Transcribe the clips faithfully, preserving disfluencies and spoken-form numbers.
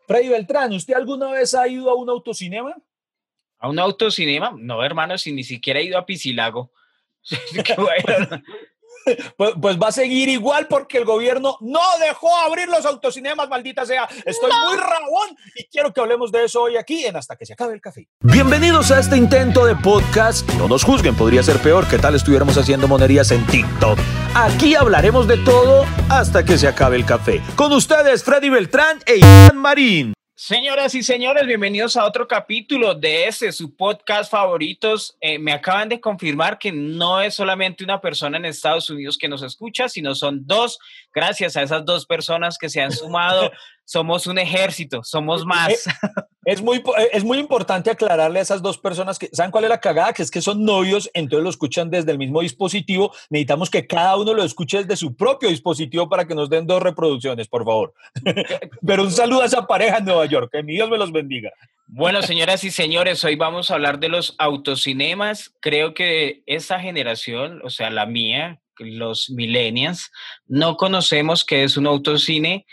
Freddy Beltrán, ¿usted alguna vez ha ido a un autocinema? ¿A un autocinema? No, hermano, si ni siquiera he ido a Piscilago. Qué bueno. Pues, pues va a seguir igual porque el gobierno no dejó abrir los autocinemas, maldita sea. Estoy muy rabón y quiero que hablemos de eso hoy aquí en Hasta que se acabe el café. Bienvenidos a este intento de podcast. No nos juzguen, podría ser peor. ¿Qué tal estuviéramos haciendo monerías en TikTok? Aquí hablaremos de todo hasta que se acabe el café. Con ustedes, Freddy Beltrán e Iván Marín. Señoras y señores, bienvenidos a otro capítulo de este, su podcast favoritos. Eh, me acaban de confirmar que no es solamente una persona en Estados Unidos que nos escucha, sino son dos. Gracias a esas dos personas que se han sumado, somos un ejército, somos más. Es muy, es muy importante aclararle a esas dos personas que, ¿saben cuál es la cagada? Que es que son novios, entonces lo escuchan desde el mismo dispositivo. Necesitamos que cada uno lo escuche desde su propio dispositivo para que nos den dos reproducciones, por favor. Pero un saludo a esa pareja en Nueva York, que mi Dios me los bendiga. Bueno, señoras y señores, hoy vamos a hablar de los autocinemas. Creo que esta generación, o sea, la mía, los millennials, no conocemos qué es un autocine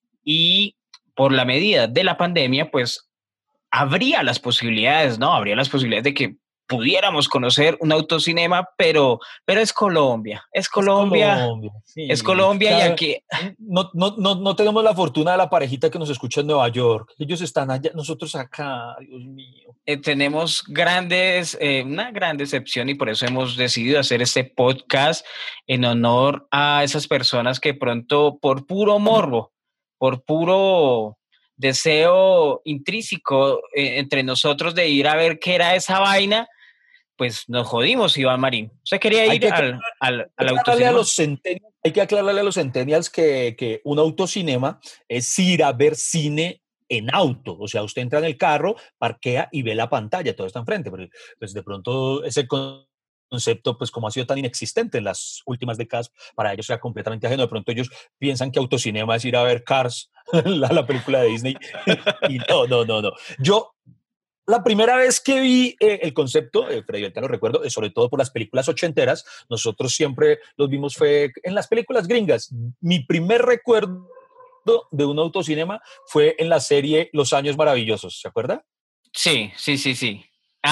y por la medida de la pandemia, pues habría las posibilidades, ¿no? Habría las posibilidades de que pudiéramos conocer un autocinema, pero, pero es Colombia, es Colombia, es Colombia, sí. es Colombia claro, y aquí... No, no, no, no tenemos la fortuna de la parejita que nos escucha en Nueva York. Ellos están allá, nosotros acá, Dios mío. Eh, tenemos grandes, eh, una gran decepción y por eso hemos decidido hacer este podcast en honor a esas personas que pronto por puro morbo, por puro... deseo intrínseco eh, entre nosotros de ir a ver qué era esa vaina, pues nos jodimos, Iván Marín. ¿Usted quería ir que, al, al, al autocinema? A los hay que aclararle a los centennials que, que un autocinema es ir a ver cine en auto. O sea, usted entra en el carro, parquea y ve la pantalla, todo está enfrente. Pero pues de pronto ese concepto, pues como ha sido tan inexistente en las últimas décadas, para ellos sea completamente ajeno. De pronto ellos piensan que autocinema es ir a ver Cars, la, la película de Disney. Y no, no, no, no. Yo, la primera vez que vi eh, el concepto, eh, Freddy Beltrán lo recuerdo, eh, sobre todo por las películas ochenteras, nosotros siempre los vimos fue en las películas gringas. Mi primer recuerdo de un autocinema fue en la serie Los Años Maravillosos, ¿se acuerda? Sí, sí, sí, sí.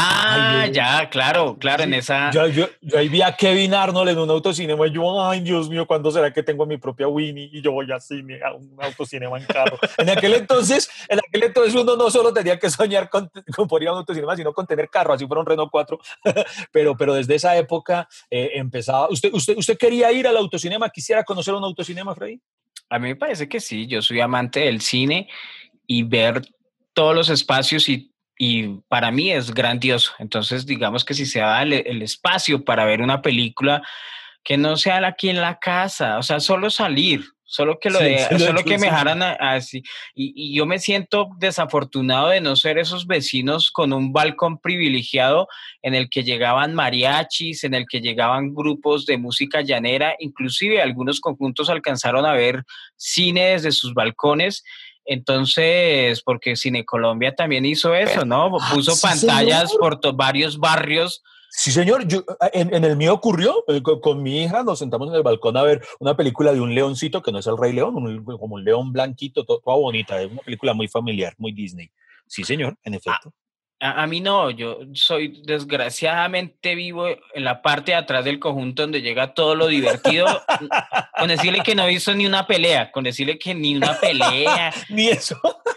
Ah, ay, ya, claro, claro, sí, en esa... Yo, yo, yo ahí vi a Kevin Arnold en un autocinema y yo, ay, Dios mío, ¿cuándo será que tengo mi propia Winnie? Y yo voy a cine, a un autocinema en carro. En aquel entonces, en aquel entonces uno no solo tenía que soñar con, con por ir a un autocinema, sino con tener carro, así fuera un Renault cuatro. pero, pero desde esa época eh, empezaba... ¿Usted, usted, ¿Usted quería ir al autocinema? ¿Quisiera conocer un autocinema, Freddy? A mí me parece que sí, yo soy amante del cine y ver todos los espacios y Y para mí es grandioso. Entonces, digamos que si se da el, el espacio para ver una película, que no sea aquí en la casa, o sea, solo salir, solo que, lo sí, de, sí, solo sí, que me sí. dejaran así. Y, y yo me siento desafortunado de no ser esos vecinos con un balcón privilegiado en el que llegaban mariachis, en el que llegaban grupos de música llanera, inclusive algunos conjuntos alcanzaron a ver cine desde sus balcones. Entonces, porque Cine Colombia también hizo eso, ¿no? Puso ah, sí, pantallas señor. por to- varios barrios. Sí, señor. Yo, en, en el mío ocurrió, eh, con, con mi hija nos sentamos en el balcón a ver una película de un leoncito, que no es el Rey León, un, como un león blanquito, todo, toda bonita, es una película muy familiar, muy Disney. Sí, señor, en efecto. Ah, A, a mí no, yo soy desgraciadamente vivo en la parte de atrás del conjunto donde llega todo lo divertido, con decirle que no hizo ni una pelea, con decirle que ni una pelea. Ni eso.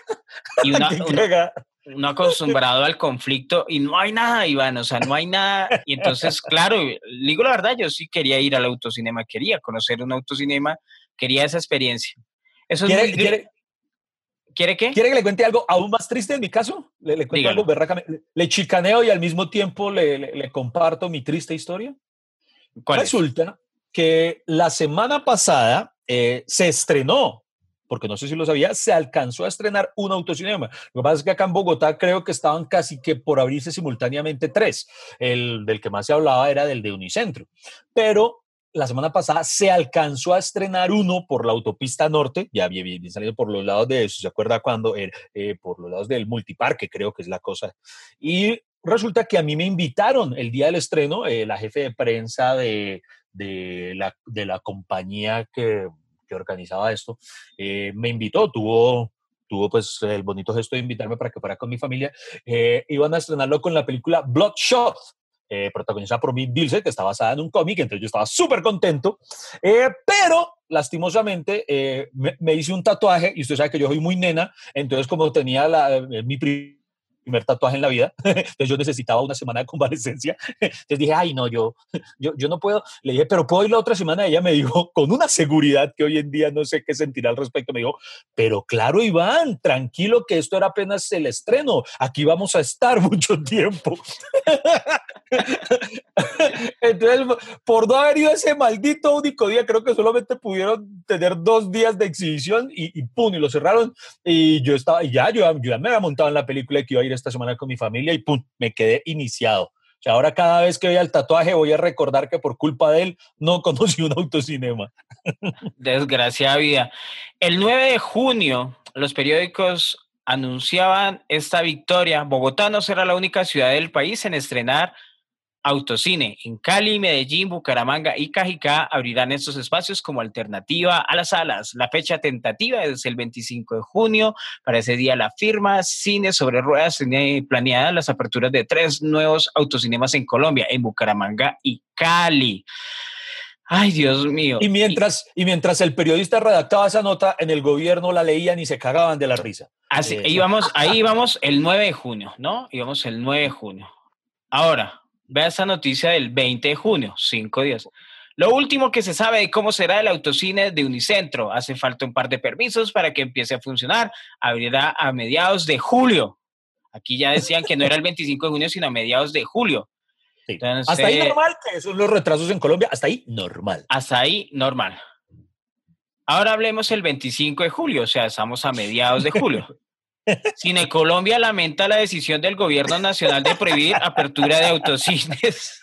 Y una, una, uno acostumbrado al conflicto y no hay nada, Iván, o sea, no hay nada. Y entonces, claro, digo la verdad, yo sí quería ir al autocinema, quería conocer un autocinema, quería esa experiencia. Eso es ¿Quiere, muy... ¿quiere, ¿Quiere qué? ¿Quiere que le cuente algo aún más triste en mi caso? Le, le cuento Dígalo. algo berracamente. Le chicaneo y al mismo tiempo le, le, le comparto mi triste historia. ¿Cuál Resulta es? que la semana pasada eh, se estrenó, porque no sé si lo sabía, se alcanzó a estrenar un autocinema. Lo que pasa es que acá en Bogotá creo que estaban casi que por abrirse simultáneamente tres. El del que más se hablaba era del de Unicentro. Pero la semana pasada se alcanzó a estrenar uno por la autopista norte, ya bien, bien salido por los lados de, ¿se acuerda cuando? Eh, eh, por los lados del Multiparque, creo que es la cosa. Y resulta que a mí me invitaron el día del estreno, eh, la jefe de prensa de, de, la, de la compañía que, que organizaba esto, eh, me invitó, tuvo tuvo pues el bonito gesto de invitarme para que fuera con mi familia, eh, iban a estrenarlo con la película Bloodshot, eh, protagonizada por Vin Diesel, que está basada en un cómic, entonces yo estaba súper contento, eh, pero lastimosamente eh, me, me hice un tatuaje, y usted sabe que yo soy muy nena, entonces como tenía la, eh, mi primer tatuaje en la vida, entonces yo necesitaba una semana de convalescencia, entonces dije, ay no, yo, yo, yo no puedo, le dije, pero puedo ir la otra semana, ella me dijo, con una seguridad que hoy en día no sé qué sentirá al respecto, me dijo, pero claro Iván, tranquilo que esto era apenas el estreno, aquí vamos a estar mucho tiempo. Entonces, por no haber ido ese maldito único día, creo que solamente pudieron tener dos días de exhibición y, y pum, y lo cerraron. Y yo estaba, y ya, yo, yo ya me había montado en la película que iba a ir esta semana con mi familia y pum, me quedé iniciado. O sea, ahora cada vez que vea el tatuaje voy a recordar que por culpa de él no conocí un autocinema. Desgraciada vida. El nueve de junio, los periódicos anunciaban esta victoria. Bogotá no será la única ciudad del país en estrenar autocine. En Cali, Medellín, Bucaramanga y Cajicá abrirán estos espacios como alternativa a las salas. La fecha tentativa es el veinticinco de junio. Para ese día la firma Cine sobre Ruedas tiene planeadas las aperturas de tres nuevos autocinemas en Colombia, en Bucaramanga y Cali. Ay, Dios mío. Y mientras, y mientras el periodista redactaba esa nota, en el gobierno la leían y se cagaban de la risa. Así, eh, íbamos, ahí íbamos el nueve de junio, ¿no? Íbamos el nueve de junio. Ahora, vea esta noticia del veinte de junio, cinco días. Lo último que se sabe de cómo será el autocine de Unicentro. Hace falta un par de permisos para que empiece a funcionar. Abrirá a mediados de julio. Aquí ya decían que no era el veinticinco de junio, sino a mediados de julio. Sí. Entonces, hasta ahí normal, que son los retrasos en Colombia, hasta ahí normal. Hasta ahí normal. Ahora hablemos el veinticinco de julio, o sea, estamos a mediados de julio. Cine Colombia lamenta la decisión del gobierno nacional de prohibir apertura de autocines.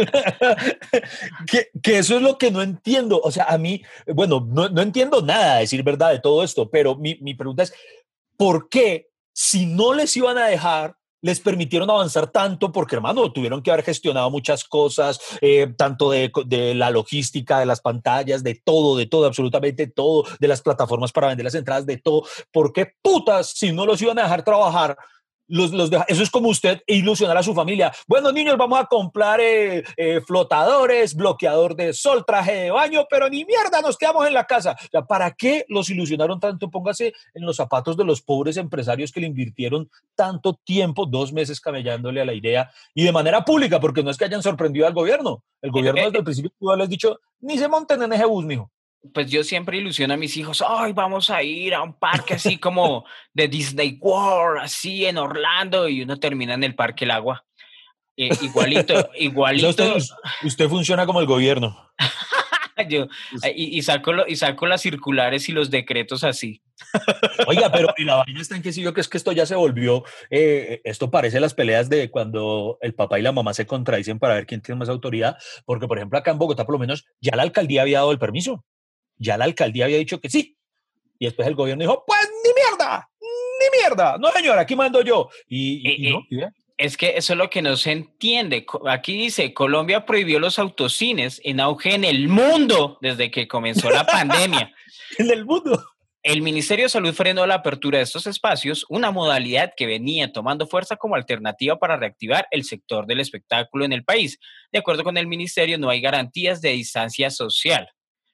que, que eso es lo que no entiendo. O sea, a mí, bueno, no, no entiendo nada, a decir verdad, de todo esto, pero mi, mi pregunta es, ¿por qué si no les iban a dejar, les permitieron avanzar tanto? Porque, hermano, tuvieron que haber gestionado muchas cosas, eh, tanto de, de la logística, de las pantallas, de todo, de todo, absolutamente todo, de las plataformas para vender las entradas, de todo. ¿Por qué putas, si no los iban a dejar trabajar, los, los deja? Eso es como usted ilusionar a su familia. Bueno, niños, vamos a comprar eh, eh, flotadores, bloqueador de sol, traje de baño, pero ni mierda, nos quedamos en la casa. O sea, ¿para qué los ilusionaron tanto? Póngase en los zapatos de los pobres empresarios que le invirtieron tanto tiempo, dos meses camellándole a la idea, y de manera pública, porque no es que hayan sorprendido al gobierno. El gobierno desde el principio pudo haberles dicho, ni se monten en ese bus, mijo. Pues yo siempre ilusiono a mis hijos, ay, vamos a ir a un parque así como de Disney World, así en Orlando, y uno termina en el Parque El Agua. Eh, igualito, igualito. Usted, usted funciona como el gobierno. Yo, y, y, saco lo, y saco las circulares y los decretos así. Oiga, pero y la vaina está en que sí, yo que es que esto ya se volvió, eh, esto parece las peleas de cuando el papá y la mamá se contradicen para ver quién tiene más autoridad, porque por ejemplo acá en Bogotá por lo menos ya la alcaldía había dado el permiso. Ya la alcaldía había dicho que sí. Y después el gobierno dijo, pues ni mierda, ni mierda. No, señor, aquí mando yo. Y, y, eh, y no, ¿y es que eso es lo que no se entiende. Aquí dice, Colombia prohibió los autocines en auge en el mundo desde que comenzó la pandemia. En el mundo. El Ministerio de Salud frenó la apertura de estos espacios, una modalidad que venía tomando fuerza como alternativa para reactivar el sector del espectáculo en el país. De acuerdo con el ministerio, no hay garantías de distancia social.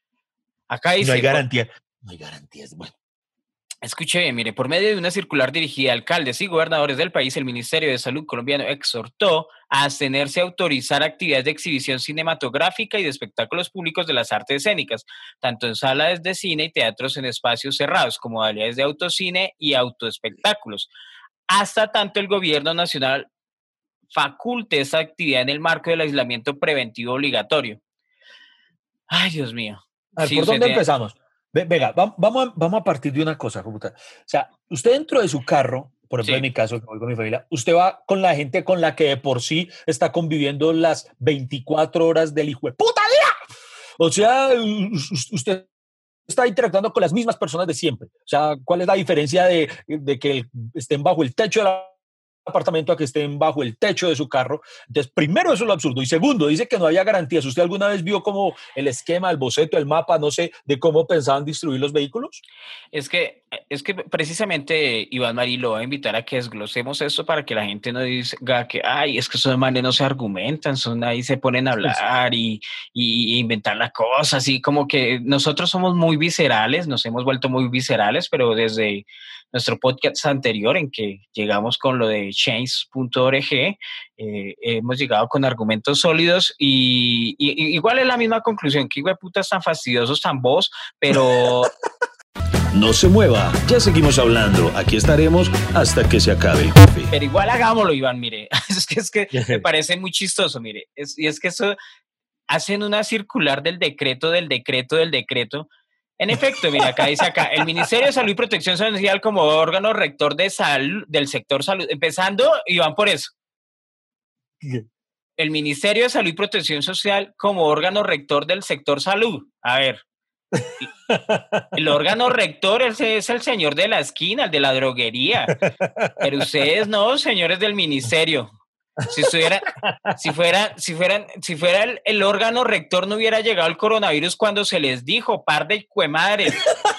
Acá dice, no hay garantía. No hay garantías. Bueno. Escuche bien, mire, por medio de una circular dirigida a alcaldes y gobernadores del país, el Ministerio de Salud colombiano exhortó a abstenerse a autorizar actividades de exhibición cinematográfica y de espectáculos públicos de las artes escénicas, tanto en salas de cine y teatros en espacios cerrados, como modalidades de autocine y autoespectáculos, hasta tanto el gobierno nacional faculte esta actividad en el marco del aislamiento preventivo obligatorio. Ay, Dios mío. A ver, sí, ¿por dónde tiene... empezamos? Venga, vamos a, vamos a partir de una cosa, puta. O sea, usted dentro de su carro, por ejemplo, sí. En mi caso, que voy con mi familia, usted va con la gente con la que de por sí está conviviendo las veinticuatro horas del hijo de puta día. O sea, usted está interactuando con las mismas personas de siempre. O sea, ¿cuál es la diferencia de, de que estén bajo el techo de la apartamento a que estén bajo el techo de su carro. Entonces, primero, eso es lo absurdo. Y segundo, dice que no había garantías. ¿Usted alguna vez vio como el esquema, el boceto, el mapa, no sé, de cómo pensaban distribuir los vehículos? Es que, es que precisamente Iván Marí lo va a invitar a que desglosemos esto para que la gente no diga que, ay, es que esos manes no se argumentan, son ahí se ponen a hablar y, y, y inventar las cosas, así como que nosotros somos muy viscerales, nos hemos vuelto muy viscerales, pero desde nuestro podcast anterior en que llegamos con lo de change punto org, eh, hemos llegado con argumentos sólidos y, y, y igual es la misma conclusión, que putas tan fastidiosos, tan vos, pero... No se mueva, ya seguimos hablando. Aquí estaremos hasta que se acabe el café. Pero igual hagámoslo, Iván, mire. Es que, es que me parece muy chistoso, mire. Es, y es que eso hacen una circular del decreto, del decreto, del decreto. En efecto, mira, acá dice acá, el Ministerio de Salud y Protección Social como órgano rector de salud, del sector salud. Empezando, Iván, por eso. El Ministerio de Salud y Protección Social como órgano rector del sector salud. A ver. El órgano rector ese es el señor de la esquina, el de la droguería. Pero ustedes no, señores del ministerio. Si estuviera, si fuera, si fueran, si fuera el, el órgano rector, no hubiera llegado el coronavirus cuando se les dijo, par de cuemadres.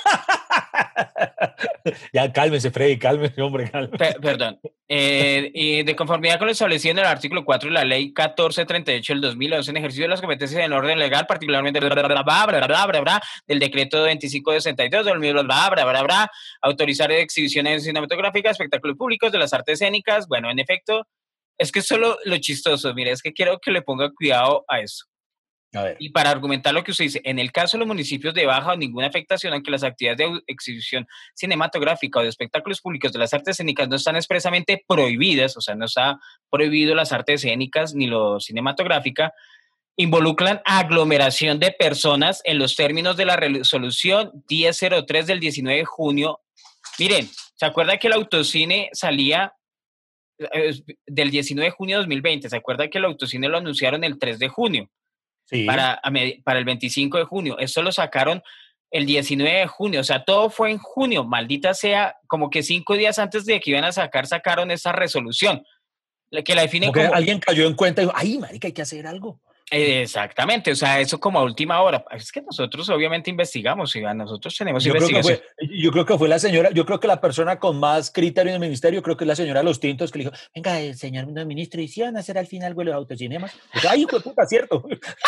Ya, cálmese, Freddy, cálmese, hombre, cálmese. Pe- perdón. Eh, y de conformidad con lo establecido en el artículo cuatro de la ley catorce treinta y ocho del dos mil once, en ejercicio de las competencias en orden legal, particularmente bla, bla, bla, bla, bla, bla, bla, bla, del decreto veinticinco sesenta y dos del bla, bla, bla, bla, bla, autorizar exhibiciones cinematográficas, espectáculos públicos de las artes escénicas. Bueno, en efecto, es que solo lo chistoso, mire, es que quiero que le ponga cuidado a eso. A ver. Y para argumentar lo que usted dice, en el caso de los municipios de baja o ninguna afectación, aunque las actividades de exhibición cinematográfica o de espectáculos públicos de las artes escénicas no están expresamente prohibidas, o sea, no está prohibido las artes escénicas ni lo cinematográfica, involucran aglomeración de personas en los términos de la resolución diez cero tres del diecinueve de junio. Miren, ¿se acuerda que el autocine salía eh, del diecinueve de junio de dos mil veinte? ¿Se acuerda que el autocine lo anunciaron el tres de junio? Sí. Para, para el veinticinco de junio. Esto lo sacaron el diecinueve de junio. O sea, todo fue en junio. Maldita sea, como que cinco días antes de que iban a sacar, sacaron esa resolución. Que la define como... como... alguien cayó en cuenta y dijo, ay, marica, hay que hacer algo. Exactamente, o sea, eso como a última hora. Es que nosotros obviamente investigamos, Iván, nosotros tenemos yo investigación. Creo que fue, yo creo que fue la señora, yo creo que la persona con más criterio en el ministerio, creo que es la señora de los tintos, que le dijo, venga, el señor ministro, ¿y si van a hacer al final los autocinemas? Pues, ay, hijo de puta, cierto.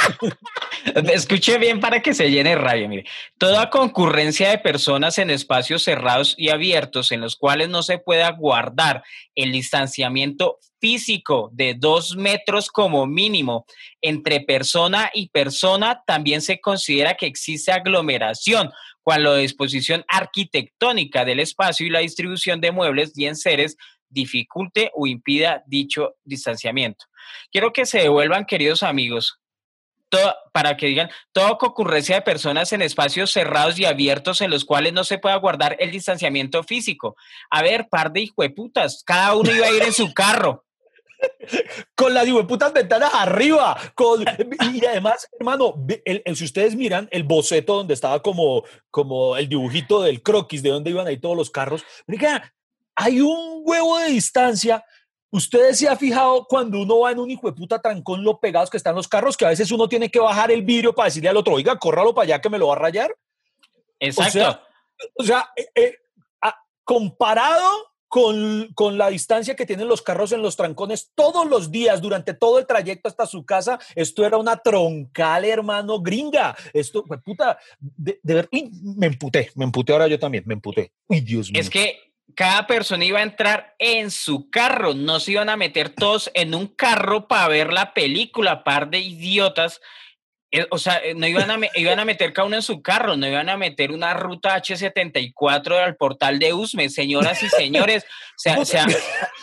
Escuche bien para que se llene de rabia, mire. Toda concurrencia de personas en espacios cerrados y abiertos en los cuales no se pueda guardar el distanciamiento físico de dos metros como mínimo entre persona y persona, también se considera que existe aglomeración cuando la disposición arquitectónica del espacio y la distribución de muebles y enseres dificulte o impida dicho distanciamiento. Quiero que se devuelvan, queridos amigos, todo, para que digan, toda concurrencia de personas en espacios cerrados y abiertos en los cuales no se pueda guardar el distanciamiento físico. A ver, par de hijueputas, cada uno iba a ir en su carro. Con las hijueputas ventanas arriba. Con, y además, hermano, el, el, si ustedes miran el boceto donde estaba como, como el dibujito del croquis, de donde iban ahí todos los carros, mira, hay un huevo de distancia. Ustedes se han fijado cuando uno va en un hijueputa trancón lo pegados que están los carros, que a veces uno tiene que bajar el vidrio para decirle al otro, oiga, córralo para allá que me lo va a rayar. Exacto. O sea, o sea eh, eh, a, comparado con, con la distancia que tienen los carros en los trancones todos los días, durante todo el trayecto hasta su casa, esto era una troncal, hermano, gringa. Esto, pues, puta, de, de ver, uy, me emputé, me emputé ahora yo también, me emputé. Uy, Dios mío. Es que cada persona iba a entrar en su carro, no se iban a meter todos en un carro para ver la película, par de idiotas. O sea, no iban a, iban a meter cada uno en su carro, no iban a meter una ruta hache setenta y cuatro al portal de Usme, señoras y señores. O sea, o sea...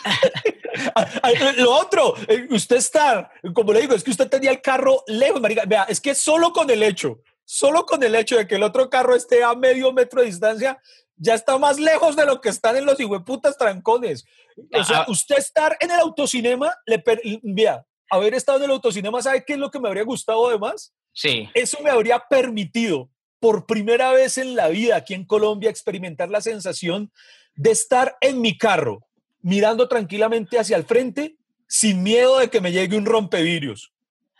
Lo otro, usted está, como le digo, es que usted tenía el carro lejos, marica. Vea, es que solo con el hecho, solo con el hecho de que el otro carro esté a medio metro de distancia, ya está más lejos de lo que están en los hijueputas trancones. O sea, usted estar en el autocinema, le per... vea, haber estado en el autocinema, ¿sabe qué es lo que me habría gustado además? Sí. Eso me habría permitido, por primera vez en la vida aquí en Colombia, experimentar la sensación de estar en mi carro, mirando tranquilamente hacia el frente, sin miedo de que me llegue un rompevidrios.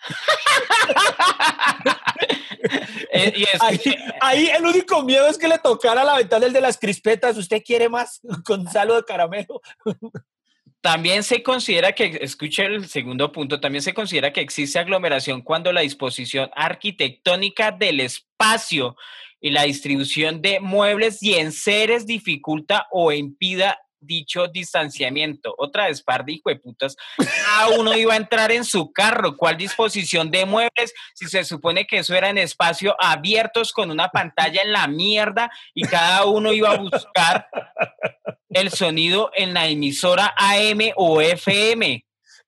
Eh, y es- Ahí, ahí el único miedo es que le tocara la ventana el de las crispetas. ¿Usted quiere más? Con salo de caramelo. También se considera que, escuche el segundo punto, también se considera que existe aglomeración cuando la disposición arquitectónica del espacio y la distribución de muebles y enseres dificulta o impida dicho distanciamiento. Otra vez, par de hijueputas, cada uno iba a entrar en su carro. ¿Cuál disposición de muebles? Si se supone que eso era en espacio abiertos con una pantalla en la mierda y cada uno iba a buscar el sonido en la emisora A M o F M.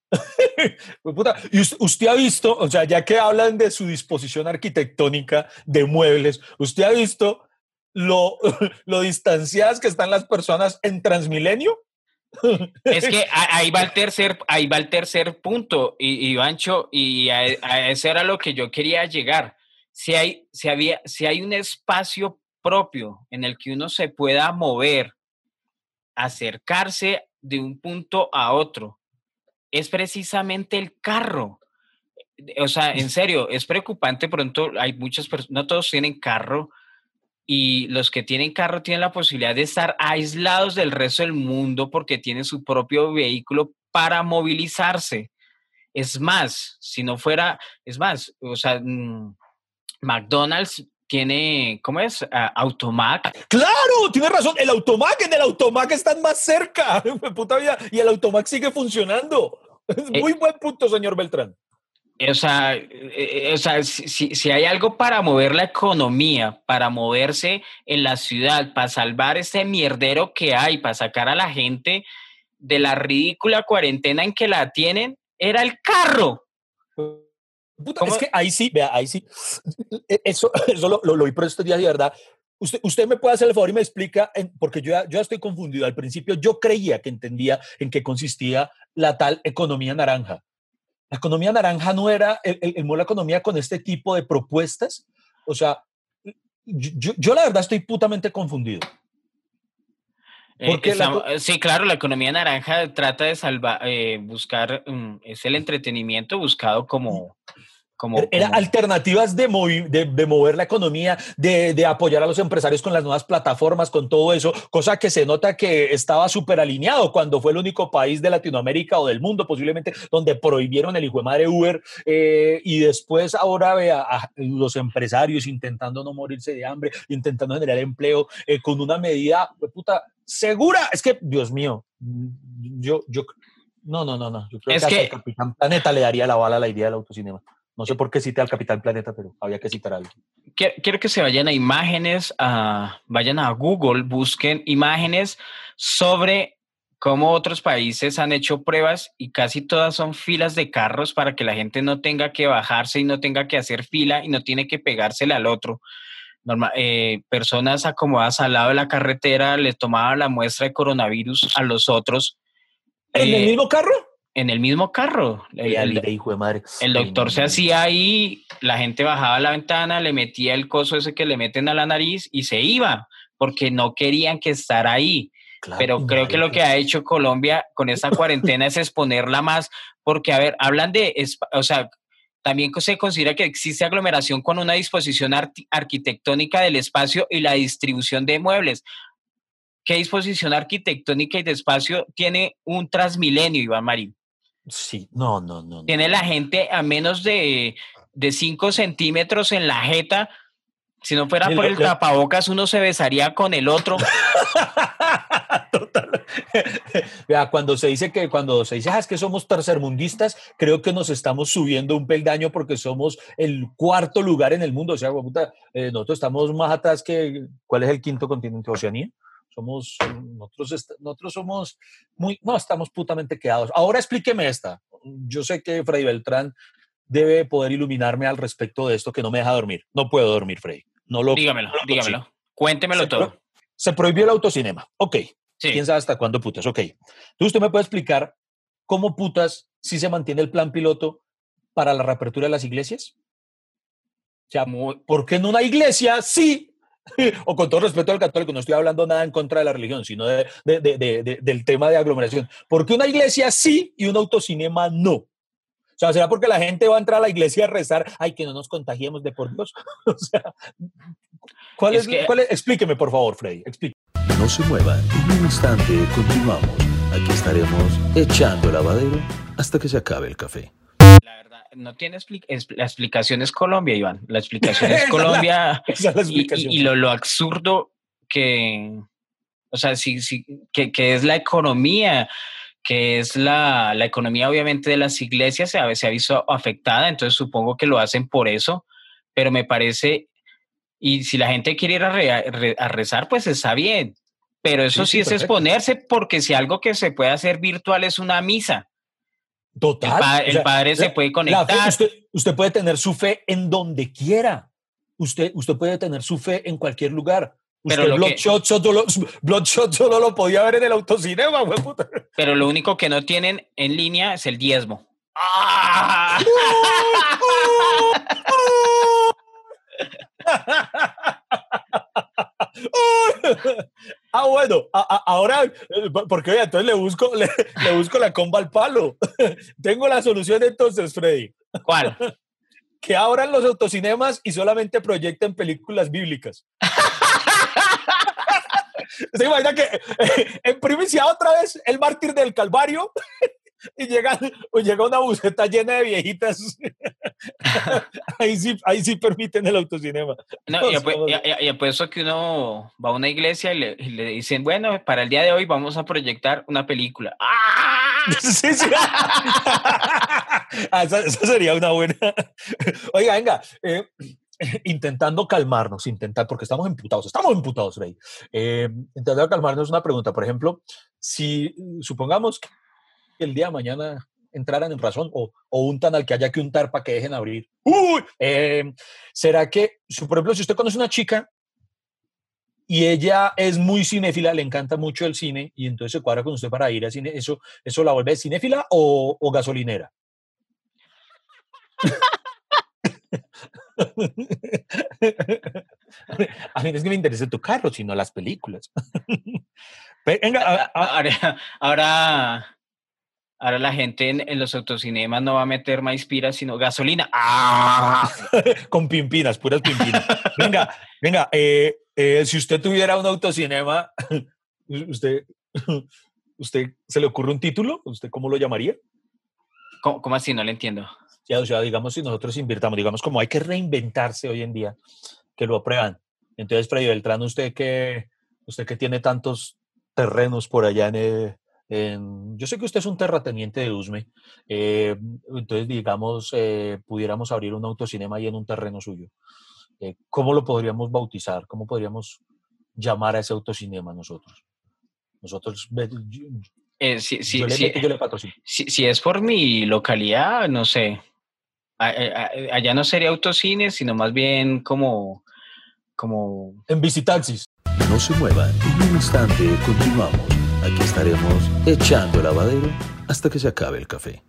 Puta, y us- usted ha visto, o sea, ya que hablan de su disposición arquitectónica de muebles, ¿usted ha visto lo, lo distanciadas que están las personas en Transmilenio? Es que a- ahí va el tercer, ahí va el tercer punto, y, y Bancho, y a, a eso era lo que yo quería llegar. Si hay, si había, si hay un espacio propio en el que uno se pueda mover, acercarse de un punto a otro, es precisamente el carro. O sea, en serio, es preocupante. Pronto hay muchas personas, no todos tienen carro, y los que tienen carro tienen la posibilidad de estar aislados del resto del mundo porque tienen su propio vehículo para movilizarse. Es más, si no fuera, es más, o sea, mmm, McDonald's tiene, ¿cómo es? Uh, Automac. Claro, tiene razón, el Automac, en el Automac están más cerca, puta vida, y el Automac sigue funcionando. Es muy eh, buen punto, señor Beltrán. O sea, eh, o sea si, si hay algo para mover la economía, para moverse en la ciudad, para salvar este mierdero que hay, para sacar a la gente de la ridícula cuarentena en que la tienen, era el carro. Puta, es que ahí sí, vea, ahí sí. Eso, eso lo, lo, lo vi por estos días de verdad. Usted, usted me puede hacer el favor y me explica, en, porque yo ya, yo ya estoy confundido. Al principio yo creía que entendía en qué consistía la tal economía naranja. La economía naranja no era el, el, el la economía con este tipo de propuestas. O sea, yo, yo la verdad estoy putamente confundido. Porque eh, estamos, la, sí, claro, la economía naranja trata de salvar, eh, buscar, um, es el entretenimiento buscado como... Como, Era como... alternativas de, movi de, de mover la economía, de, de apoyar a los empresarios con las nuevas plataformas, con todo eso, cosa que se nota que estaba súper alineado cuando fue el único país de Latinoamérica o del mundo posiblemente donde prohibieron el hijo de madre Uber, eh, y después ahora ve a, a los empresarios intentando no morirse de hambre, intentando generar empleo, eh, con una medida, puta, segura. Es que, Dios mío, yo, yo, no, no, no, no, yo creo es que hasta que el Capitán Planeta le daría la bala a la idea del autocinema. No sé por qué cité al Capitán Planeta, pero había que citar algo. Quiero que se vayan a imágenes, uh, vayan a Google, busquen imágenes sobre cómo otros países han hecho pruebas y casi todas son filas de carros para que la gente no tenga que bajarse y no tenga que hacer fila y no tiene que pegársele al otro. Normal, eh, personas acomodadas al lado de la carretera les tomaban la muestra de coronavirus a los otros. ¿En eh, el mismo carro? En el mismo carro. El, el, el, hijo de madre. el doctor Ay, se no, hacía ahí, la gente bajaba a la ventana, le metía el coso ese que le meten a la nariz y se iba, porque no querían que estar ahí. Claro, pero creo que lo que ha hecho Colombia con esta cuarentena es exponerla más, porque, a ver, hablan de, o sea, también se considera que existe aglomeración con una disposición arquitectónica del espacio y la distribución de muebles. ¿Qué disposición arquitectónica y de espacio tiene un Transmilenio, Iván Marín? Sí, no, no, no. Tiene no. la gente a menos de, de cinco centímetros en la jeta. Si no fuera por el tapabocas, uno se besaría con el otro. Total. Vea, cuando se dice que cuando se dice ah, es que somos tercermundistas, creo que nos estamos subiendo un peldaño porque somos el cuarto lugar en el mundo. O sea, puta, eh, nosotros estamos más atrás que ¿cuál es el quinto continente? ¿Oceanía? Somos, nosotros, nosotros somos muy, no, estamos putamente quedados. Ahora explíqueme esta. Yo sé que Freddy Beltrán debe poder iluminarme al respecto de esto que no me deja dormir. No puedo dormir, Freddy. No lo, dígamelo, no lo dígamelo. Consigo. Cuéntemelo se todo. Pro, se prohibió el autocinema. Ok. Sí. ¿Quién sabe hasta cuándo putas? Ok. Entonces usted me puede explicar cómo putas si se mantiene el plan piloto para la reapertura de las iglesias. O sea, ¿por qué en una iglesia sí o con todo respeto al católico, no estoy hablando nada en contra de la religión, sino de, de, de, de, de, del tema de aglomeración. ¿Por qué una iglesia sí y un autocinema no? O sea, ¿será porque la gente va a entrar a la iglesia a rezar? Ay, que no nos contagiemos de por Dios. O sea, ¿cuál es, Es que, cuál es? Explíqueme, por favor, Freddy. Explíqueme. No se muevan, en un instante continuamos. Aquí estaremos echando lavadero hasta que se acabe el café. la verdad, no tiene expli es, la explicación es Colombia, Iván. La explicación es Esa Colombia es la, esa es la y, explicación. y, y lo, lo absurdo que, o sea, sí, sí, que, que es la economía, que es la, la economía obviamente de las iglesias, se ha, se ha visto afectada, entonces supongo que lo hacen por eso, pero me parece, y si la gente quiere ir a, re, re, a rezar, pues está bien, pero eso sí, sí es perfecto. Exponerse, porque si algo que se puede hacer virtual es una misa. Total. El, pa el o sea, padre la, se puede conectar. Fe, usted, usted puede tener su fe en donde quiera. Usted, usted puede tener su fe en cualquier lugar. Usted pero Bloodshot, que... solo, Bloodshot solo lo podía ver en el autocinema, güey, puta. Pero lo único que no tienen en línea es el diezmo. ¡Ah! Ah, bueno, a, a, ahora, porque oye, entonces le busco, le, le busco la comba al palo. Tengo la solución entonces, Freddy. ¿Cuál? Que abran los autocinemas y solamente proyecten películas bíblicas. ¿Se imagina que eh, en primicia otra vez el mártir del Calvario? Y llega, llega una buseta llena de viejitas. ahí, sí, ahí sí permiten el autocinema. No, y, y, y apuesto que uno va a una iglesia y le, y le dicen, bueno, para el día de hoy vamos a proyectar una película. ¡Ah! Sí, sí. ah, esa, esa sería una buena. Oiga, venga, eh, intentando calmarnos, intentar, porque estamos emputados, estamos emputados, Rey. Eh, intentando calmarnos una pregunta, por ejemplo, si supongamos que el día de mañana entraran en razón o, o untan al que haya que untar para que dejen abrir. ¡Uy! Eh, ¿Será que, por ejemplo, si usted conoce una chica y ella es muy cinéfila, le encanta mucho el cine y entonces se cuadra con usted para ir al cine, ¿eso, eso la vuelve cinéfila o, o gasolinera? A mí no es que me interese tu carro, sino las películas. Venga, a, a, ahora... ahora... Ahora la gente en, en los autocinemas no va a meter maíz pira, sino gasolina. ¡Ah! Con pimpinas, puras pimpinas. Venga, venga, eh, eh, si usted tuviera un autocinema, ¿usted, ¿usted se le ocurre un título? ¿Usted cómo lo llamaría? ¿Cómo, cómo así? No le entiendo. Ya, o sea, digamos, si nosotros invirtamos, digamos, como hay que reinventarse hoy en día, que lo aprueban. Entonces, Freddy Beltrán, usted que, usted que tiene tantos terrenos por allá en... El, En, yo sé que usted es un terrateniente de Usme, eh, entonces, digamos, eh, pudiéramos abrir un autocinema ahí en un terreno suyo. Eh, ¿Cómo lo podríamos bautizar? ¿Cómo podríamos llamar a ese autocinema nosotros? Nosotros, yo, eh, si, si, yo le si, meto, yo le patrocino. Si, si es por mi localidad, no sé. Allá no sería autocine, sino más bien como... como... En Visitaxis. No se muevan, en un instante continuamos. Aquí estaremos echando lavadero hasta que se acabe el café.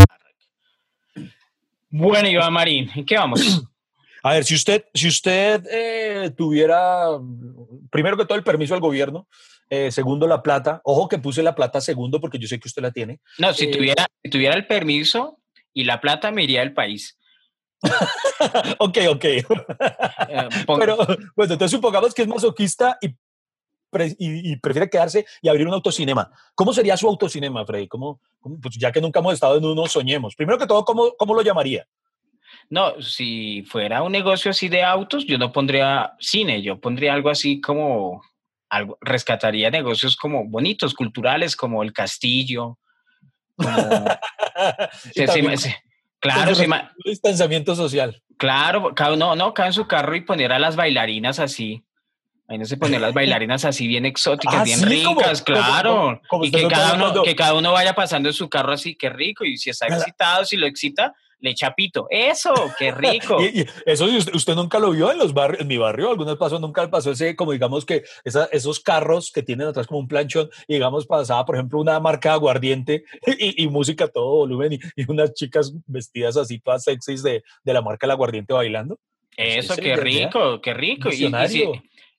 Bueno, Iván Marín, ¿en qué vamos? A ver, si usted, si usted eh, tuviera, primero que todo, el permiso del gobierno, eh, segundo, la plata. Ojo que puse la plata segundo porque yo sé que usted la tiene. No, si, eh, tuviera, si tuviera el permiso y la plata, me iría del país. ok, ok. eh, Pero, pues entonces supongamos que es masoquista y Y, y prefiere quedarse y abrir un autocinema. ¿Cómo sería su autocinema, Freddy? ¿Cómo, cómo, pues ya que nunca hemos estado en uno, soñemos. Primero que todo, ¿cómo, cómo lo llamaría? No, si fuera un negocio así de autos, yo no pondría cine, yo pondría algo así como, algo, rescataría negocios como bonitos, culturales, como el castillo. Como, se, se, se, claro, se, ma, distanciamiento social. Claro, cada, no, no, cada en su carro y poner a las bailarinas así. Ahí no se ponen las bailarinas así bien exóticas, ah, bien ¿sí? ricas, como, claro. Como, como y que cada, uno, que cada uno vaya pasando en su carro así, qué rico. Y si está excitado, si lo excita, le echa pito. ¡Eso! ¡Qué rico! y, y eso usted, usted nunca lo vio en los barrios, en mi barrio, algunas pasó, nunca pasó ese, como digamos que esa, esos carros que tienen atrás como un planchón, y digamos pasaba, por ejemplo, una marca de aguardiente y, y música a todo volumen y, y unas chicas vestidas así todas sexys de, de la marca del aguardiente bailando. Eso, qué rico, qué rico. Y, y, si,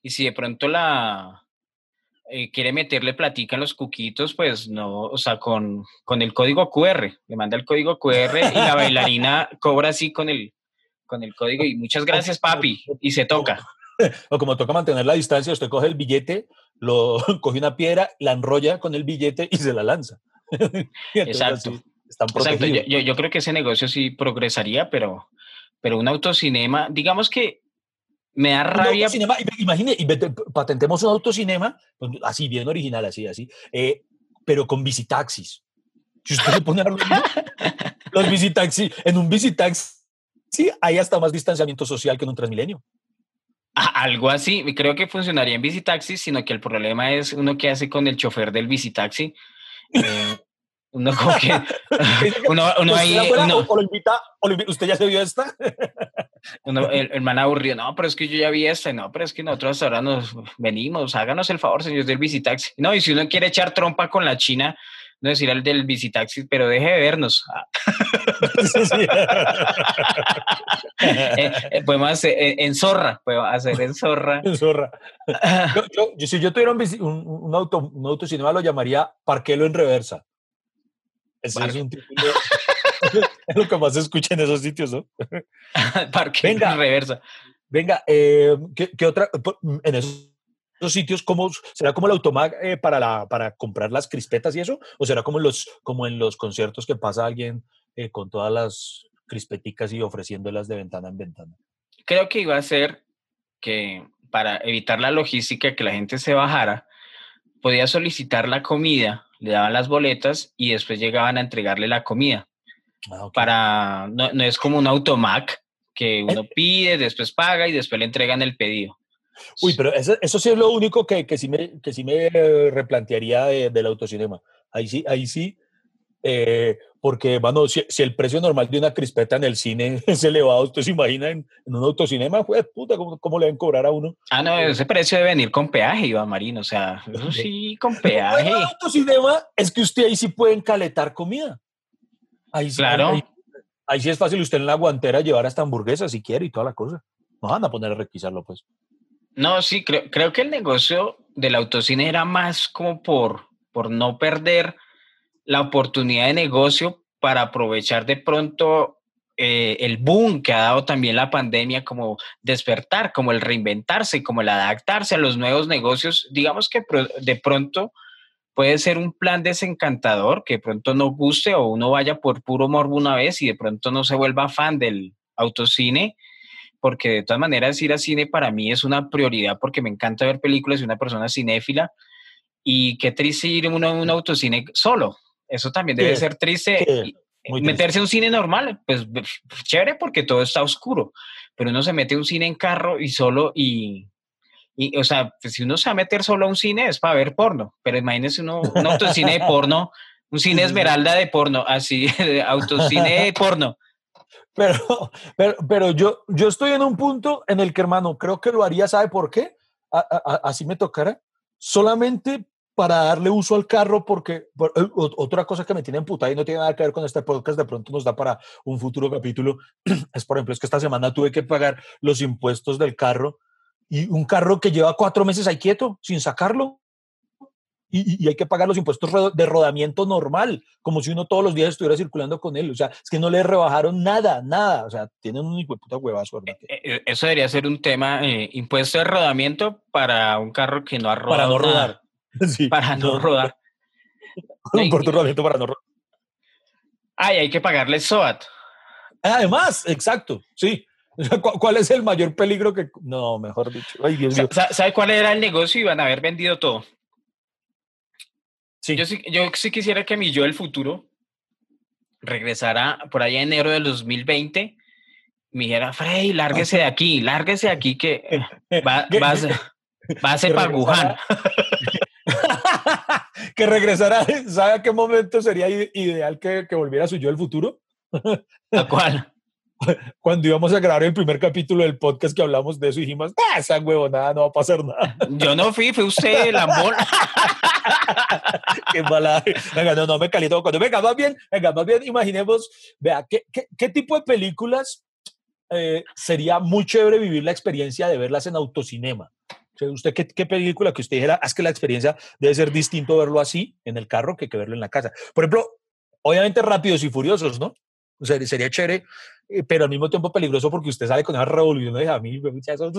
y si de pronto la eh, quiere meterle platica en los cuquitos, pues no, o sea, con, con el código Q R, le manda el código Q R y la bailarina cobra así con el, con el código y muchas gracias, papi, y se toca. O como toca mantener la distancia, usted coge el billete, lo coge una piedra, la enrolla con el billete y se la lanza. Y entonces Exacto. así están Exacto, protegidos. yo, yo, yo creo que ese negocio sí progresaría, pero, pero un autocinema, digamos que me da Un rabia. autocinema, imagine, y vete- patentemos un autocinema, pues, así, bien original, así, así, eh, pero con visitaxis. Si usted se pone a ver los, los visitaxis, en un visitaxi, sí, hay hasta más distanciamiento social que en un Transmilenio. Algo así, creo que funcionaría en visitaxi, sino que el problema es uno que hace con el chofer del visitaxi. Eh, uno como que, uno, uno ahí, afuera, uno, o, o, lo invita, o lo invita, ¿usted ya se vio esta? uno, el, el man aburrido, no, pero es que yo ya vi esta, no, pero es que nosotros ahora nos venimos, háganos el favor, señores del visitaxi. No, y si uno quiere echar trompa con la China, no decir al del visitaxi, pero deje de vernos. Sí, sí. eh, eh, podemos hacer eh, en zorra, podemos hacer en zorra. En zorra. Yo, yo, yo, si yo tuviera un, un, un, auto, un autocinema, lo llamaría Parquelo en Reversa. Ese Bar. Es un título. Es lo que más se escucha en esos sitios, ¿no? Parquelo venga, en Reversa. Venga, eh, ¿qué, ¿qué otra? En esos los sitios, ¿cómo, ¿será como el automac eh, para, la, para comprar las crispetas y eso? ¿O será como en los, como en los conciertos que pasa alguien eh, con todas las crispeticas y ofreciéndolas de ventana en ventana? Creo que iba a ser que para evitar la logística, que la gente se bajara, podía solicitar la comida, le daban las boletas y después llegaban a entregarle la comida. Ah, okay. Para, no, no es como un automac que uno ¿Eh? pide, después paga y después le entregan el pedido. Uy, pero eso, eso sí es lo único que, que, sí, me, que sí me replantearía de, del autocinema. Ahí sí, ahí sí, eh, porque, bueno, si, si el precio normal de una crispeta en el cine es elevado, ¿usted se imagina en, en un autocinema? Pues, puta, ¿cómo, ¿cómo le van a cobrar a uno? Ah, no, ese precio debe venir con peaje, Iván Marín, o sea, eso sí, con peaje. El autocinema es que usted ahí sí puede encaletar comida. Ahí, claro. Ahí, ahí, ahí sí es fácil usted en la guantera llevar hasta hamburguesas si quiere y toda la cosa. No van a poner a requisarlo, pues. No, sí, creo, creo que el negocio del autocine era más como por, por no perder la oportunidad de negocio para aprovechar de pronto eh, el boom que ha dado también la pandemia, como despertar, como el reinventarse, como el adaptarse a los nuevos negocios. Digamos que de pronto puede ser un plan desencantador, que de pronto no guste o uno vaya por puro morbo una vez y de pronto no se vuelva fan del autocine, porque de todas maneras ir al cine para mí es una prioridad porque me encanta ver películas y una persona cinéfila y qué triste ir a un, un autocine solo, eso también debe sí, ser triste. Sí, meterse triste. A un cine normal, pues chévere porque todo está oscuro, pero uno se mete a un cine en carro y solo y, y o sea, pues si uno se va a meter solo a un cine es para ver porno, pero imagínese uno, un autocine de porno, un cine Esmeralda de porno, así, de autocine de porno. Pero, pero, pero yo, yo estoy en un punto en el que, hermano, creo que lo haría, ¿sabe por qué? A, a, así me tocara, solamente para darle uso al carro, porque por, otra cosa que me tiene emputada y no tiene nada que ver con este podcast, de pronto nos da para un futuro capítulo, es, por ejemplo, es que esta semana tuve que pagar los impuestos del carro, y un carro que lleva cuatro meses ahí quieto, sin sacarlo. Y, y hay que pagar los impuestos de rodamiento normal, como si uno todos los días estuviera circulando con él. O sea, es que no le rebajaron nada, nada. O sea, tienen un hijo de puta huevazo, ¿verdad? Eso debería ser un tema, eh, impuesto de rodamiento para un carro que no ha rodado. Para no nada. rodar. Sí, para no, no rodar. Un no, rodamiento para no rodar. Ay, hay que pagarle S O A T. Además, exacto, sí. ¿Cuál es el mayor peligro que...? No, mejor dicho. Ay, Dios mío. ¿Sabe cuál era el negocio? Iban a haber vendido todo. Sí. Yo, sí, yo sí quisiera que mi yo del futuro regresara por allá en enero del dos mil veinte y me dijera, Freddy, lárguese de aquí, lárguese de aquí que va, va, va a ser para Wuhan. Que regresara, ¿sabe a qué momento sería ideal que, que volviera su yo del futuro? ¿A cuál? Cuando íbamos a grabar el primer capítulo del podcast que hablamos de eso y dijimos, ah, esa huevonada, no va a pasar nada. Yo no fui, fue usted, Lambón. Qué mala. Venga, no, no me caliento. Cuando venga, más bien, venga, más bien, imaginemos, vea, ¿qué, qué, qué tipo de películas eh, sería muy chévere vivir la experiencia de verlas en autocinema? O sea, ¿usted qué, qué película que usted dijera, "Ah, es que la experiencia debe ser distinto verlo así en el carro que, que verlo en la casa"? Por ejemplo, obviamente Rápidos y Furiosos, ¿no? O sea, sería chévere, eh, pero al mismo tiempo peligroso porque usted sale con esas revoluciones a mí,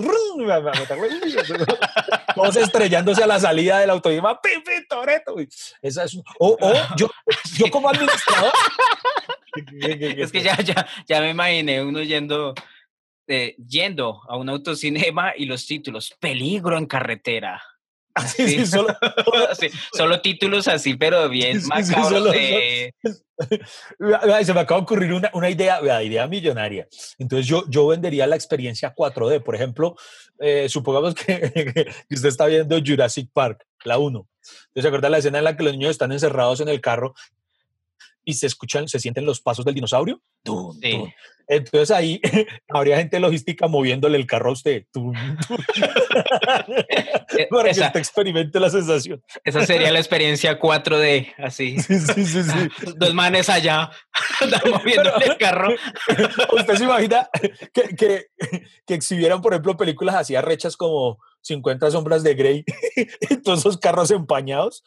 todos estrellándose a la salida del autobús, ¡Pipi, Toretto! Esa es, o, o yo, Sí. yo como administrador. Es que ya, ya, ya me imaginé uno yendo, eh, yendo a un autocinema y los títulos, peligro en carretera. Así, Así. sí, solo, solo, Sí, solo títulos así, pero bien sí, sí, macabros solo, de... Ay, se me acaba de ocurrir una, una idea, una idea millonaria. Entonces yo, yo vendería la experiencia cuatro D. Por ejemplo, eh, supongamos que, que usted está viendo Jurassic Park, la uno. Entonces se acuerda la escena en la que los niños están encerrados en el carro y se escuchan, se sienten los pasos del dinosaurio. Tum, Sí. tum. Entonces ahí habría gente logística moviéndole el carro a usted. Tum, tum. Para que Esa, usted experimente la sensación. esa sería la experiencia cuatro D, así. Sí, sí, sí, sí. Dos manes allá, moviéndole Pero, el carro. ¿usted se imagina que, que, que exhibieran, por ejemplo, películas así arrechas como cincuenta sombras de Grey y todos esos carros empañados?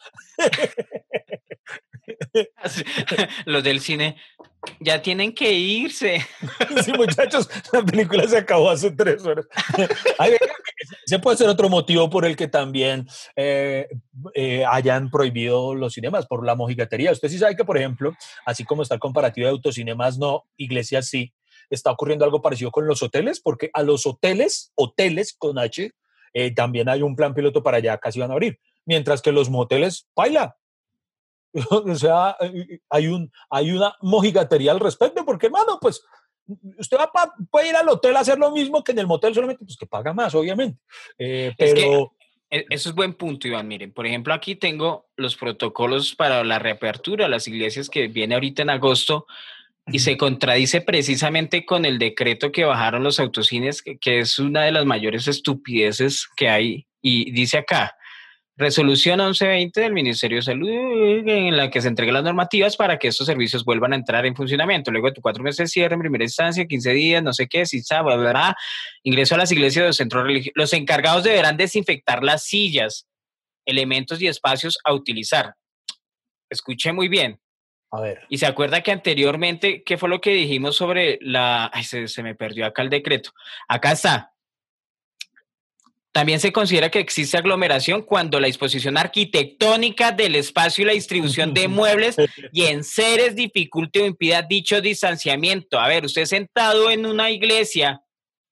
Así, los del cine ya tienen que irse. Sí, muchachos, la película se acabó hace tres horas. Ay, ese puede ser otro motivo por el que también eh, eh, hayan prohibido los cinemas, por la mojigatería. Usted sí sabe que, por ejemplo, así como está el comparativo de autocinemas, no, iglesias sí, está ocurriendo algo parecido con los hoteles, porque a los hoteles, hoteles con H, eh, también hay un plan piloto para allá, casi van a abrir. Mientras que los moteles, baila. O sea, hay, un, hay una mojigatería al respecto, porque, hermano, pues usted va pa, puede ir al hotel a hacer lo mismo que en el motel, solamente pues que paga más, obviamente. Eh, Es pero... que eso es buen punto, Iván. Miren, por ejemplo, aquí tengo los protocolos para la reapertura de las iglesias que viene ahorita en agosto y se contradice precisamente con el decreto que bajaron los autocines, que, que es una de las mayores estupideces que hay. Y dice acá, Resolución once veinte del Ministerio de Salud en la que se entreguen las normativas para que estos servicios vuelvan a entrar en funcionamiento. Luego de cuatro meses de cierre en primera instancia, quince días, no sé qué, si sabe, ¿verdad? Ingreso a las iglesias de los centros religiosos. Los encargados deberán desinfectar las sillas, elementos y espacios a utilizar. Escuché muy bien. A ver. Y se acuerda que anteriormente, ¿qué fue lo que dijimos sobre la... Ay, se, se me perdió acá el decreto. Acá está. También se considera que existe aglomeración cuando la disposición arquitectónica del espacio y la distribución de muebles y enseres dificulte o impida dicho distanciamiento. A ver, usted sentado en una iglesia.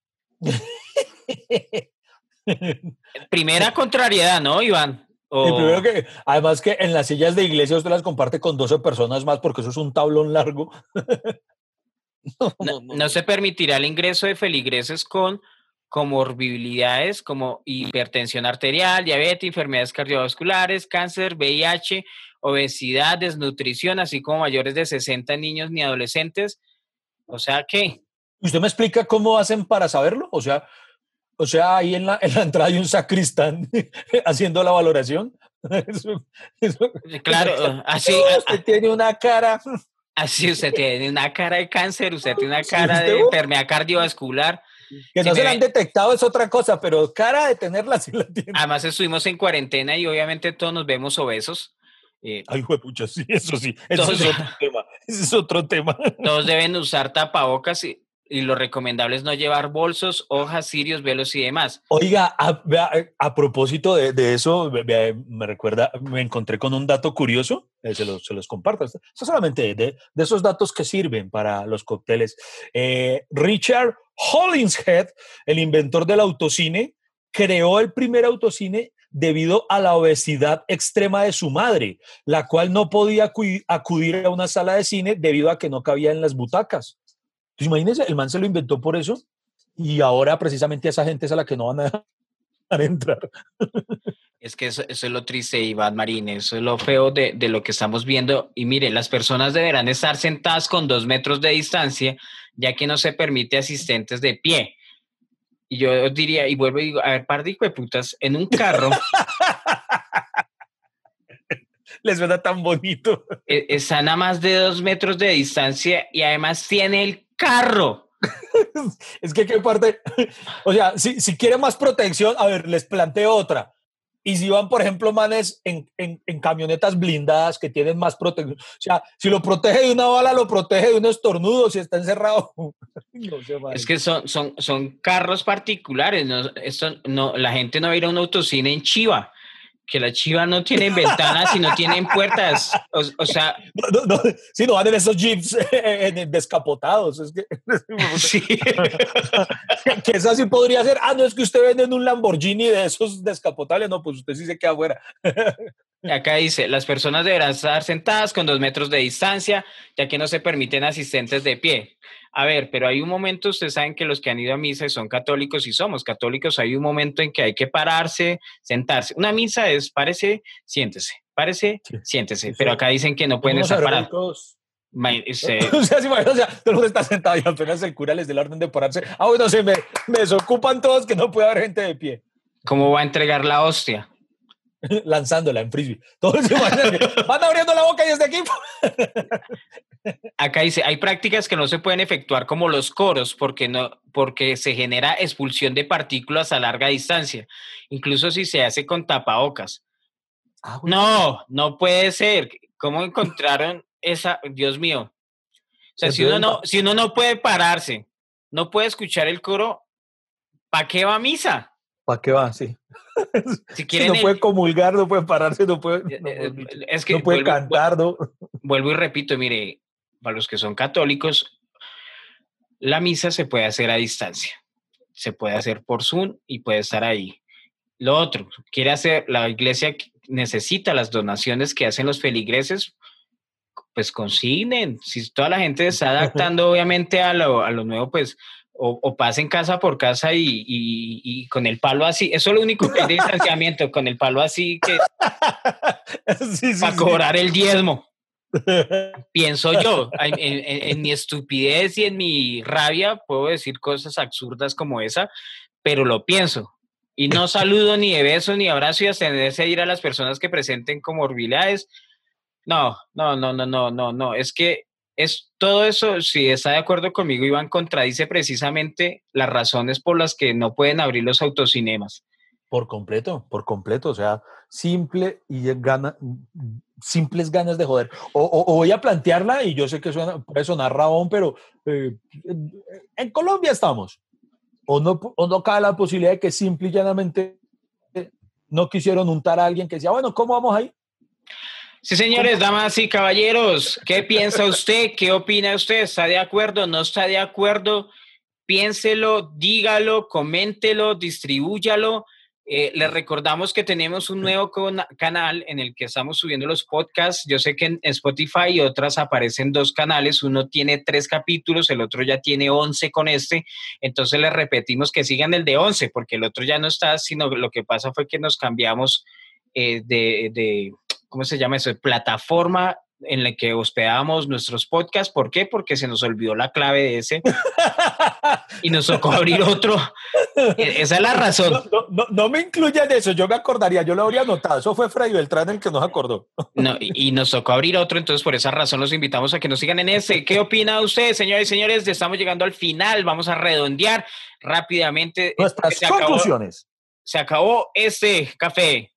Primera contrariedad, ¿no, Iván? O... Y primero que, además que en las sillas de iglesia usted las comparte con doce personas más porque eso es un tablón largo. no, no, no, no se permitirá el ingreso de feligreses con comorbilidades como hipertensión arterial, diabetes, enfermedades cardiovasculares, cáncer, V I H, obesidad, desnutrición, así como mayores de sesenta niños ni adolescentes. O sea, ¿qué? ¿Usted me explica cómo hacen para saberlo? O sea, o sea ahí en la, en la entrada hay un sacristán haciendo la valoración. Eso, eso, claro, eso, así. Usted tiene una cara... Así, usted tiene una cara de cáncer, usted tiene una cara sí, de enfermedad cardiovascular. Que no si se la han detectado es otra cosa, pero cara de tenerla sí la tiene. Además estuvimos en cuarentena y obviamente todos nos vemos obesos. Eh, Ay, juepucha, sí, eso sí, eso todos, es otro tema, ese es otro tema. Todos deben usar tapabocas y, y lo recomendable es no llevar bolsos, hojas, cirios, velos y demás. Oiga, a, a, a propósito de, de eso, me, me recuerda, me encontré con un dato curioso, eh, se, los, se los comparto, esto solamente de, de esos datos que sirven para los cócteles. Eh, Richard Hollingshead, el inventor del autocine, creó el primer autocine debido a la obesidad extrema de su madre, la cual no podía acudir a una sala de cine debido a que no cabía en las butacas. Entonces, imagínense, el man se lo inventó por eso y ahora precisamente a esa gente es a la que no van a dejar entrar. Es que eso, eso es lo triste, Iván Marín, eso es lo feo de, de lo que estamos viendo. Y mire, las personas deberán estar sentadas con dos metros de distancia, ya que no se permite asistentes de pie. Y yo diría, y vuelvo y digo, a ver, par de hijueputas, en un carro... Les suena tan bonito. Están a más de dos metros de distancia y además tiene el carro. Es que qué parte, o sea, si, si quieren más protección, a ver, les planteo otra. Y si van, por ejemplo, manes en, en, en camionetas blindadas que tienen más protección, o sea, si lo protege de una bala, lo protege de un estornudo, si está encerrado. No sé, es que son, son, son carros particulares, ¿no? Esto, no, la gente no va a ir a un autocine en Chiva, que la Chiva no tienen ventanas y no tienen puertas, o, o sea... No, no, no, sí, no van en esos jeeps en, en descapotados, es que... Sí. Que esa sí podría ser, ah, no, es que usted vende en un Lamborghini de esos descapotables, no, pues usted sí se queda afuera. Acá dice, las personas deberán estar sentadas con dos metros de distancia, ya que no se permiten asistentes de pie. A ver, pero hay un momento, ustedes saben que los que han ido a misa y son católicos y somos católicos, hay un momento en que hay que pararse, sentarse. Una misa es, párese, siéntese, párese, Sí, siéntese, sí, pero sí. acá dicen que no pueden Unos estar parados. heroicos. Se, O sea, sí, bueno, o sea, todo el mundo está sentado y apenas el cura les dé la orden de pararse. Ah, bueno, se me, me desocupan todos que no puede haber gente de pie. ¿Cómo va a entregar la hostia? Lanzándola en frisbee. Todos se van, van abriendo la boca y desde aquí. Acá dice, hay prácticas que no se pueden efectuar como los coros porque, no, porque se genera expulsión de partículas a larga distancia, incluso si se hace con tapabocas. Ah, bueno. No, no puede ser. ¿Cómo encontraron esa? Dios mío. O sea, si uno, no, si uno no puede pararse, no puede escuchar el coro, ¿para qué va a misa? ¿Para qué va? Sí. Si, quieren si no puede comulgar, no puede pararse, no puede, no, eh, es que no puede vuelvo, cantar, ¿no? Vuelvo y repito, mire, para los que son católicos, la misa se puede hacer a distancia. Se puede hacer por Zoom y puede estar ahí. Lo otro, quiere hacer, la iglesia necesita las donaciones que hacen los feligreses, pues consignen. Si toda la gente está adaptando obviamente a lo, a lo nuevo, pues o, o pasen casa por casa y, y, y con el palo así. Eso es lo único que hay de distanciamiento, con el palo así que sí, sí, para sí. cobrar el diezmo. Pienso yo, en, en, en mi estupidez y en mi rabia puedo decir cosas absurdas como esa, pero lo pienso. Y no saludo ni de beso ni abrazo y abstenerse a ir a las personas que presenten comorbilidades. No, no, no, no, no, no, no. Es que es todo eso, si está de acuerdo conmigo, Iván, contradice precisamente las razones por las que no pueden abrir los autocinemas. Por completo, por completo. O sea, simple y gana, simples ganas de joder. O, o, o voy a plantearla y yo sé que suena, puede sonar rabón, pero eh, en Colombia estamos. O no, o no cabe la posibilidad de que simple y llanamente no quisieron untar a alguien que decía, bueno, ¿cómo vamos ahí? Sí, señores, ¿Cómo? Damas y caballeros, ¿qué piensa usted? ¿Qué opina usted? ¿Está de acuerdo? ¿No está de acuerdo? Piénselo, dígalo, coméntelo, distribúyalo. Eh, les recordamos que tenemos un nuevo con- canal en el que estamos subiendo los podcasts. Yo sé que en Spotify y otras aparecen dos canales. Uno tiene tres capítulos, el otro ya tiene once con este. Entonces les repetimos que sigan el de once, porque el otro ya no está, sino lo que pasa fue que nos cambiamos eh, de, de, ¿cómo se llama eso? De plataforma en la que hospedábamos nuestros podcasts. ¿Por qué? Porque se nos olvidó la clave de ese y nos tocó abrir otro. Esa es la razón. No, no, no, no me incluyan eso, yo me acordaría, yo lo habría notado. Eso fue Freddy Beltrán el que nos acordó. No, y, y nos tocó abrir otro, entonces por esa razón los invitamos a que nos sigan en ese. ¿Qué opina usted, señores y señores? Estamos llegando al final, vamos a redondear rápidamente. Nuestras se conclusiones. Acabó, se acabó este café.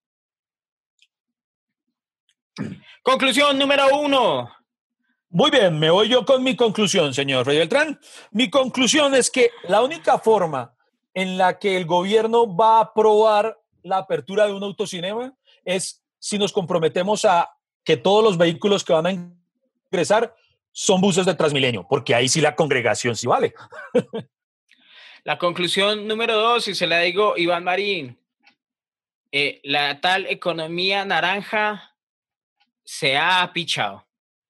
Conclusión número uno. Muy bien, me voy yo con mi conclusión, señor Freddy Beltrán. Mi conclusión es que la única forma en la que el gobierno va a aprobar la apertura de un autocinema es si nos comprometemos a que todos los vehículos que van a ingresar son buses de Transmilenio, porque ahí sí la congregación sí vale. La conclusión número dos, y se la digo Iván Marín, eh, la tal economía naranja se ha pichado.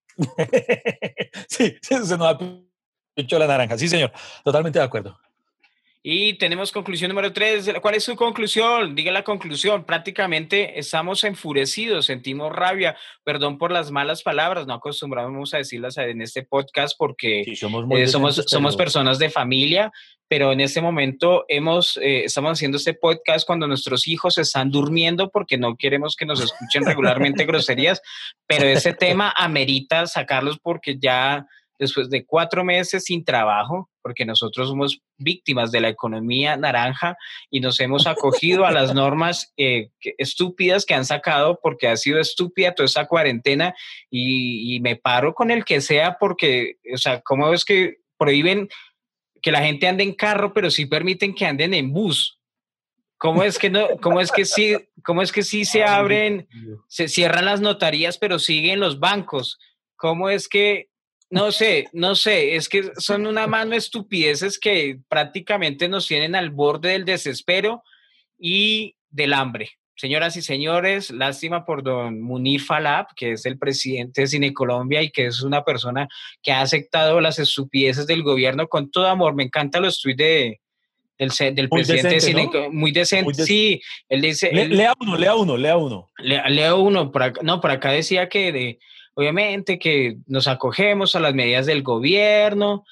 Sí, se nos ha pichado la naranja, sí señor, totalmente de acuerdo. Y tenemos conclusión número tres. ¿Cuál es su conclusión? Diga la conclusión. Prácticamente estamos enfurecidos, sentimos rabia. Perdón por las malas palabras, no acostumbramos a decirlas en este podcast porque sí, somos, muy eh, somos, decentes, somos pero... personas de familia, pero en este momento hemos, eh, estamos haciendo este podcast cuando nuestros hijos están durmiendo porque no queremos que nos escuchen regularmente groserías, pero ese tema amerita sacarlos porque ya... después de cuatro meses sin trabajo, porque nosotros somos víctimas de la economía naranja y nos hemos acogido a las normas eh, que, estúpidas que han sacado, porque ha sido estúpida toda esa cuarentena, y, y me paro con el que sea, porque, o sea, ¿cómo es que prohíben que la gente ande en carro, pero sí permiten que anden en bus? ¿Cómo es que no? ¿Cómo es que sí? ¿Cómo es que sí se abren, se cierran las notarías, pero siguen los bancos? ¿Cómo es que no sé, no sé, es que son una mano de estupideces que prácticamente nos tienen al borde del desespero y del hambre? Señoras y señores, lástima por don Munir Falab, que es el presidente de Cine Colombia y que es una persona que ha aceptado las estupideces del gobierno con todo amor. Me encantan los tuits de, del, del muy presidente decente, de Cine, ¿no? muy decente, muy de... sí. Él dice... Le, él, lea uno, lea uno, lea uno. Lea, lea uno, por acá, no, por acá decía que de... Obviamente que nos acogemos a las medidas del gobierno,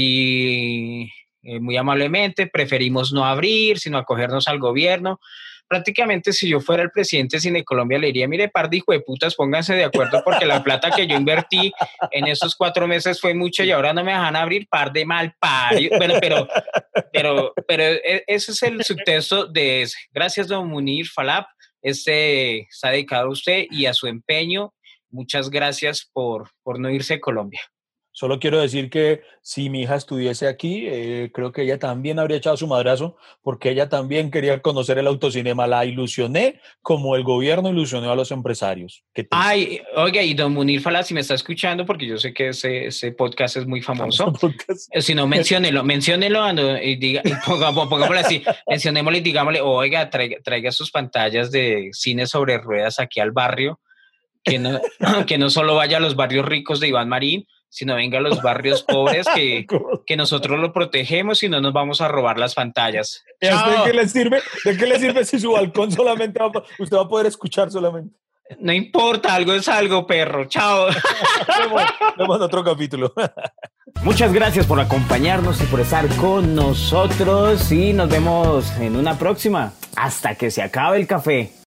si eh, muy amablemente preferimos no abrir, sino acogernos al gobierno. Prácticamente si yo fuera el presidente de Cine Colombia le diría, mire, par de hijo de putas, pónganse de acuerdo porque la plata que yo invertí en esos cuatro meses fue mucho y ahora no me dejan abrir, par de mal parios. Bueno, pero, pero, pero ese es el subtexto de ese. Gracias, don Munir Falab. Este está dedicado a usted y a su empeño. Muchas gracias por, por no irse de Colombia. Solo quiero decir que si mi hija estuviese aquí, eh, creo que ella también habría echado su madrazo, porque ella también quería conocer el autocinema. La ilusioné como el gobierno ilusionó a los empresarios. Ay, oiga, y don Munir Falab, si me está escuchando, porque yo sé que ese, ese podcast es muy famoso. Si no, menciónelo, menciónelo y diga, y pongámoslo, pongámoslo así, mencionémosle y digámosle, oiga, traiga, traiga sus pantallas de cine sobre ruedas aquí al barrio. Que no, que no solo vaya a los barrios ricos de Iván Marín, sino venga a los barrios pobres que, que nosotros lo protegemos y no nos vamos a robar las pantallas. ¿Y a usted qué le sirve? ¿De qué le sirve si su balcón solamente va, usted va a poder escuchar solamente? No importa, algo es algo, perro. Chao. Vemos, vemos en otro capítulo. Muchas gracias por acompañarnos y por estar con nosotros y nos vemos en una próxima. Hasta que se acabe el café.